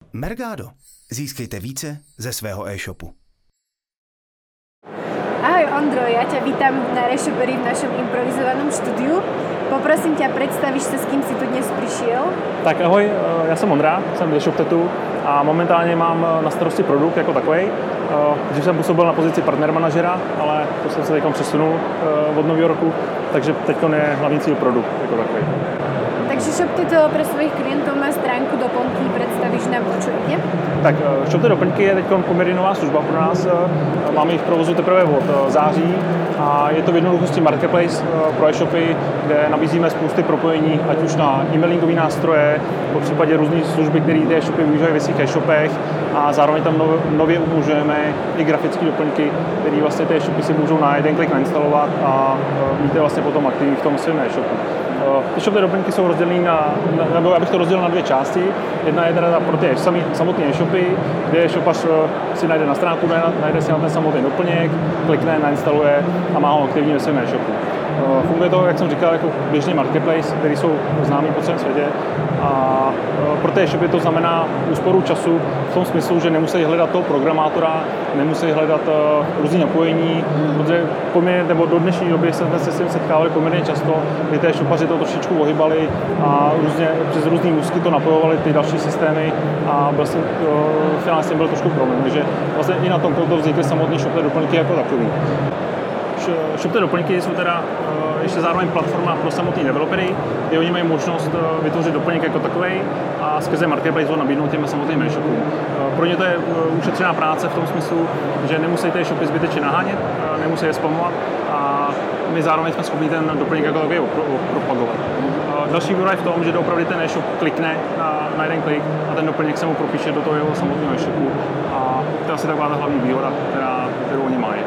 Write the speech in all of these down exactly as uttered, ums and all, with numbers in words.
Mergado. Získejte více ze svého e-shopu. Ahoj Ondro, ja ťa vítam na Reshoperi v našom improvizovanom štúdiu. Poprosím ťa, predstavíš sa, s kým si tu dnes prišiel? Tak ahoj, já jsem Ondra, jsem ze ShopTetu a momentálně mám na starosti produkt jako takovej. Dřív jsem působil na pozici partner manažera, ale to jsem se teď přesunul od nového roku, takže teď je hlavní cíl produkt jako takovej. Takže ShopTetu pre svojich klientov má stránku doplňky, predstavíš nám, o čo ide? Tak ShopTetu doplňky je teď poměrně nová služba pro nás. Máme jich v provozu teprve od září a je to v jednoduchosti marketplace pro e-shopy, kde nabízíme spousty propojení, ať už na e-mailingové nástroje, po případě různé služby, které ty e-shopy využívají ve svých e-shopech a zároveň tam nově umožňujeme i grafické doplňky, které vlastně ty e-shopy si můžou na jeden klik nainstalovat a mít je vlastně potom aktivní v tom svém e-shopu. Ty ShopTetu doplňky jsou rozdělené na, nebo abych to rozdělil na dvě části. Jedna je teda pro ty samotné e-shopy, kde e-shopař si najde na stránku, najde si na ten samotný doplněk, klikne, nainstaluje a má ho aktivní ve svém e-shopu. Funguje to, jak jsem říkal, jako běžný marketplace, který jsou známý po celém světě. A pro ty e-shopy to znamená úsporu času v tom smyslu, že nemusí hledat toho programátora, nemusí hledat uh, různý napojení, protože poměrně, nebo do dnešní doby jsme se s tím setkávali poměrně často, kdy ty e-shopaři to trošičku ohybali a různě, přes různý úzky to napojovali ty další systémy a byl jsem, uh, finálně s tím byl trošku problém, takže vlastně i na tom to vznikly samotné ShopTetu doplňky jako takový. ShopTetu doplňky jsou teda uh, ještě zároveň platforma pro samotné developery, kde oni mají možnost uh, vytvořit doplněk jako takovej a skrze marketplace ho nabídnout těm samotným e-shopům. Uh, pro ně to je uh, ušetřená práce v tom smyslu, že nemusí ty e-shopy zbytečně nahánět, uh, nemusí je spamovat a my zároveň jsme schopni ten doplněk jako takový propagovat. Uh, další výhoda je v tom, že opravdu ten e-shop klikne na, na jeden klik a ten doplněk se mu propíše do toho jeho samotného e-shopu a to je asi taková ta hlavní výhoda, která, kterou oni mají.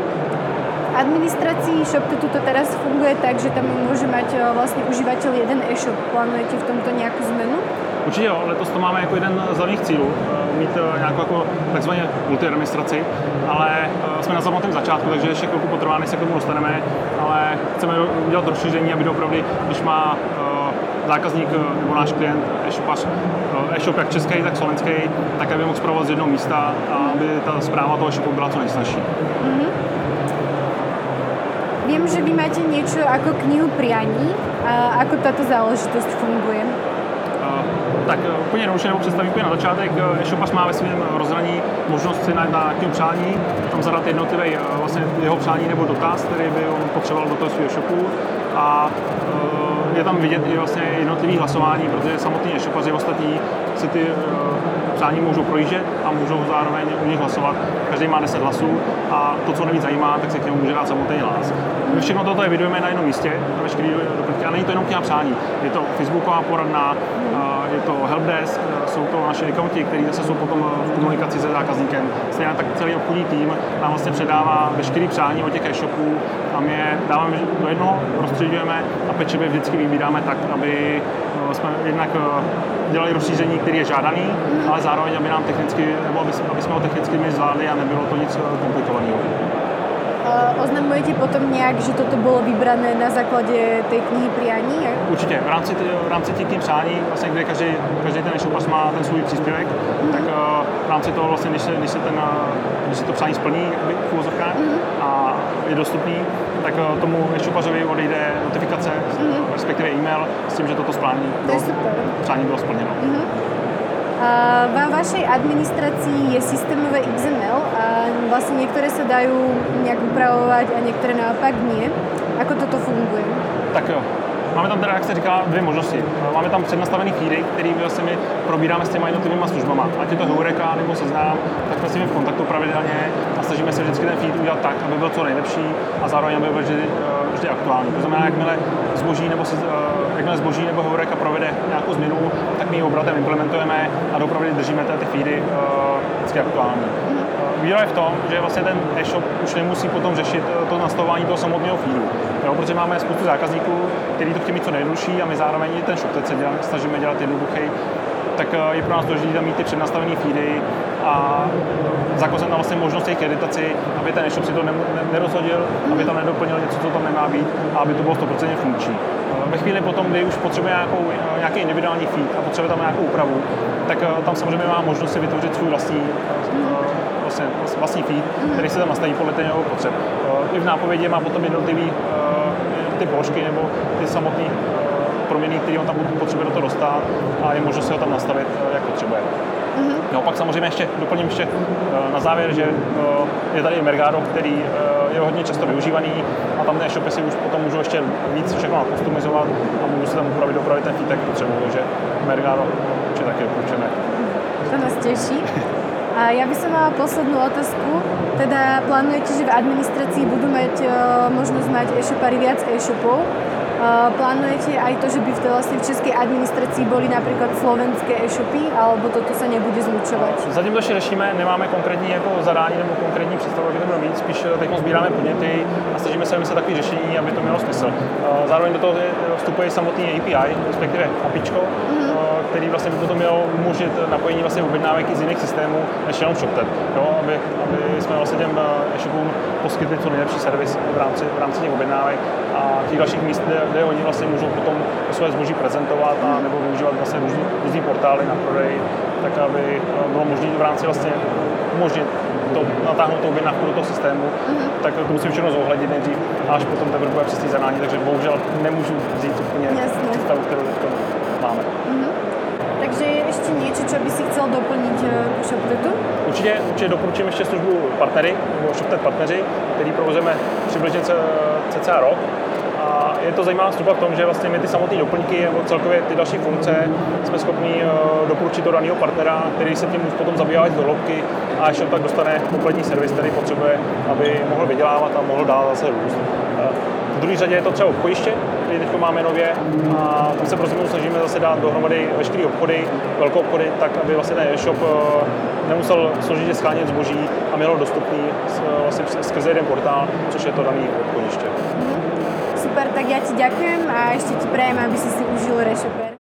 V administrácii ShopTetu to teraz funguje tak, že tam môže mať vlastne užívateľ jeden e-shop. Plánujete v tomto nejakú zmenu? Určitě jo, letos to máme jako jeden z hlavních cílů, mít nějakou jako takzvaně multiadministraci, ale jsme na samotném začátku, takže ještě chvilku potrvá, než se k tomu dostaneme, ale chceme udělat rozšíření, aby opravdu, když má zákazník nebo náš klient, e-shopař, e-shop jak český, tak slovenský, tak aby mohl spravovat z jednoho místa a aby ta správa toho e-shopu byla co nejsnažší. Mm-hmm. Viem, že vy máte niečo ako knihu prianí. A ako táto záležitosť funguje? Uh, tak uh, úplně jednoduše nebo představím úplně na začátek. E-shopař má ve svém rozhraní možnost si najít na knihu přání, tam zadat jednotlivý uh, vlastně jeho přání nebo dotaz, který by on potřeboval do toho svého shopu a uh, je tam vidět i vlastně jednotlivý hlasování, protože samotní e-shopaři ostatní si ty uh, přání můžou projíždět a můžou zároveň u nich hlasovat. Každý má deset hlasů a to, co nejvíc zajímá, tak se k němu může dát samotný hlas. My všechno toto je vidujeme na jednom místě, na veškerý doplňky. A není to jenom kniha přání. Je to facebooková poradna, je to helpdesk, jsou to naše accounti, kteří zase jsou potom v komunikaci se zákazníkem. Stejně tak celý obchodní tým nám vlastně předává veškerý přání od těch e-shopů a my je dáváme do jednoho, rozstředujeme a pečlivě vždycky vybíráme tak, aby jsme jednak dělali rozšíření, který je žádaný, ale zároveň, aby nám technicky, nebo aby, aby jsme ho technicky my zvládli a nebylo to nic komplikovaného. Oznamujete potom nějak, že toto bylo vybrané na základě té knihy prianí? Určitě. V rámci, v rámci těch knih přání, vlastně, kde každý, každý ten e-shopař má ten svůj příspěvek, mm-hmm. tak v rámci toho, vlastně, když, se, když, se ten, když se to přání splní v uvozovkách mm-hmm. a je dostupný, tak tomu e-shopařovi odejde notifikace, mm-hmm. respektive e-mail s tím, že toto splání, to je super. Přání bylo splněno. Mm-hmm. Vo vašej administrácii je systémové iks em el a vlastne niektoré sa dajú nejak upravovať a niektoré naopak nie. Ako toto funguje? Tak jo. Máme tam teda, jak jste říkala, dvě možnosti. Máme tam přednastavený feedy, který vlastně my probíráme s těma jednotlivýma službama. Ať je to Heureka nebo Seznam, tak jsme s nimi v kontaktu pravidelně a snažíme se vždycky ten feed udělat tak, aby byl co nejlepší a zároveň aby byl vždy, vždy aktuální. To znamená, jakmile zboží nebo, se, jakmile zboží nebo Heureka provede nějakou změnu, tak my ji obratem implementujeme a opravdu držíme ty feedy vždycky aktuální. Výhoda je v tom, že vlastně ten e-shop už nemusí potom řešit to nastavování toho samotného feedu. Jo, protože máme spoustu zákazníků, kteří to chtějí mít co nejjednodušší a my zároveň ten shop teď se dělá, snažíme dělat jednoduchý tak je pro nás důležité tam mít ty přednastavené feedy a zakázat tam vlastně možnost jejich editaci, aby ten e-shop si to nerozhodil, aby tam nedoplnil něco, co tam nemá být a aby to bylo sto procent funkční. Ve chvíli potom, kdy už potřebuje nějakou, nějaký individuální feed a potřebuje tam nějakou úpravu, tak tam samozřejmě má možnost si vytvořit svůj vlastní, vlastně, vlastní feed, který se tam nastaví podle těch potřeb. I v nápovědi má potom jednotlivý ty položky nebo ty samotné proměny, které on tam potřebuje do toho dostat a je možnost si ho tam nastavit, jak potřebuje. Mm-hmm. No, pak samozřejmě ještě doplním ještě na závěr, že je tady Mergado, který je hodně často využívaný a tam ty e-shopy si už potom můžou ještě víc všechno customizovat a můžu si tam upravit, dopravit ten feed, jak potřebuji, takže Mergado určitě taky doporučujeme. To nás teší. A ja by som mala poslednú otázku. Teda plánujete, že v administrácii budú mať uh, možnosť mať e-shopári viac e-shopov. Uh, plánujete aj to, že by v, vlastne v českej administrácii boli napríklad slovenské e-shopy, alebo toto sa nebude zlučovať? Zatím to ještě řešíme, nemáme konkrétní jako zadání nebo konkrétní představu, jak to bude mít, spíš teď sbíráme podněty a snažíme se vymyslet takové řešení, aby to mělo smysl. Uh, zároveň do toho vstupuje samotný A P I, respektive APIčko, mm-hmm. uh, který vlastně by to mělo umožnit napojení vlastně objednávek i z jiných systémů, než jenom ShopTet, jo? Aby, aby jsme vlastně těm e-shopům poskytli co nejlepší servis v rámci, v rámci těch objednávek a těch dalších míst, kde, kde oni vlastně můžou potom své zboží prezentovat a nebo využívat vlastně různý, různý portály na prodej, tak aby bylo možné v rámci vlastně umožnit to, natáhnout tu objednávku do toho systému, mm-hmm. tak to musím všechno zohlednit nejdřív a až potom teprve bude přes zadání, takže bohužel nemůžu vzít úplně představu, kterou máme. Mm-hmm. Takže ještě něco, co by si chcel doplnit k ShopTetu? Určitě, určitě doporučím ještě službu partnery, nebo ShopTet partneři, který provozujeme přibližně cca rok. A je to zajímavá služba v tom, že vlastně my ty samotné doplňky nebo celkově ty další funkce jsme schopni doporučit do daného partnera, který se tím už potom zabývá do hloubky a ještě tak dostane kompletní servis, který potřebuje, aby mohl vydělávat a mohl dál zase růst. V druhé řadě je to třeba obchodiště, který teď máme nově a tam se prostě snažíme zase dát dohromady veškeré obchody, velké obchody, tak aby vlastně ten e-shop nemusel složitě schánět zboží a měl ho dostupný vlastně skrze jeden portál, což je to daný obchodiště. Super, tak ja ti ďakujem a ešte ti prajem, aby si si užil ReShopper.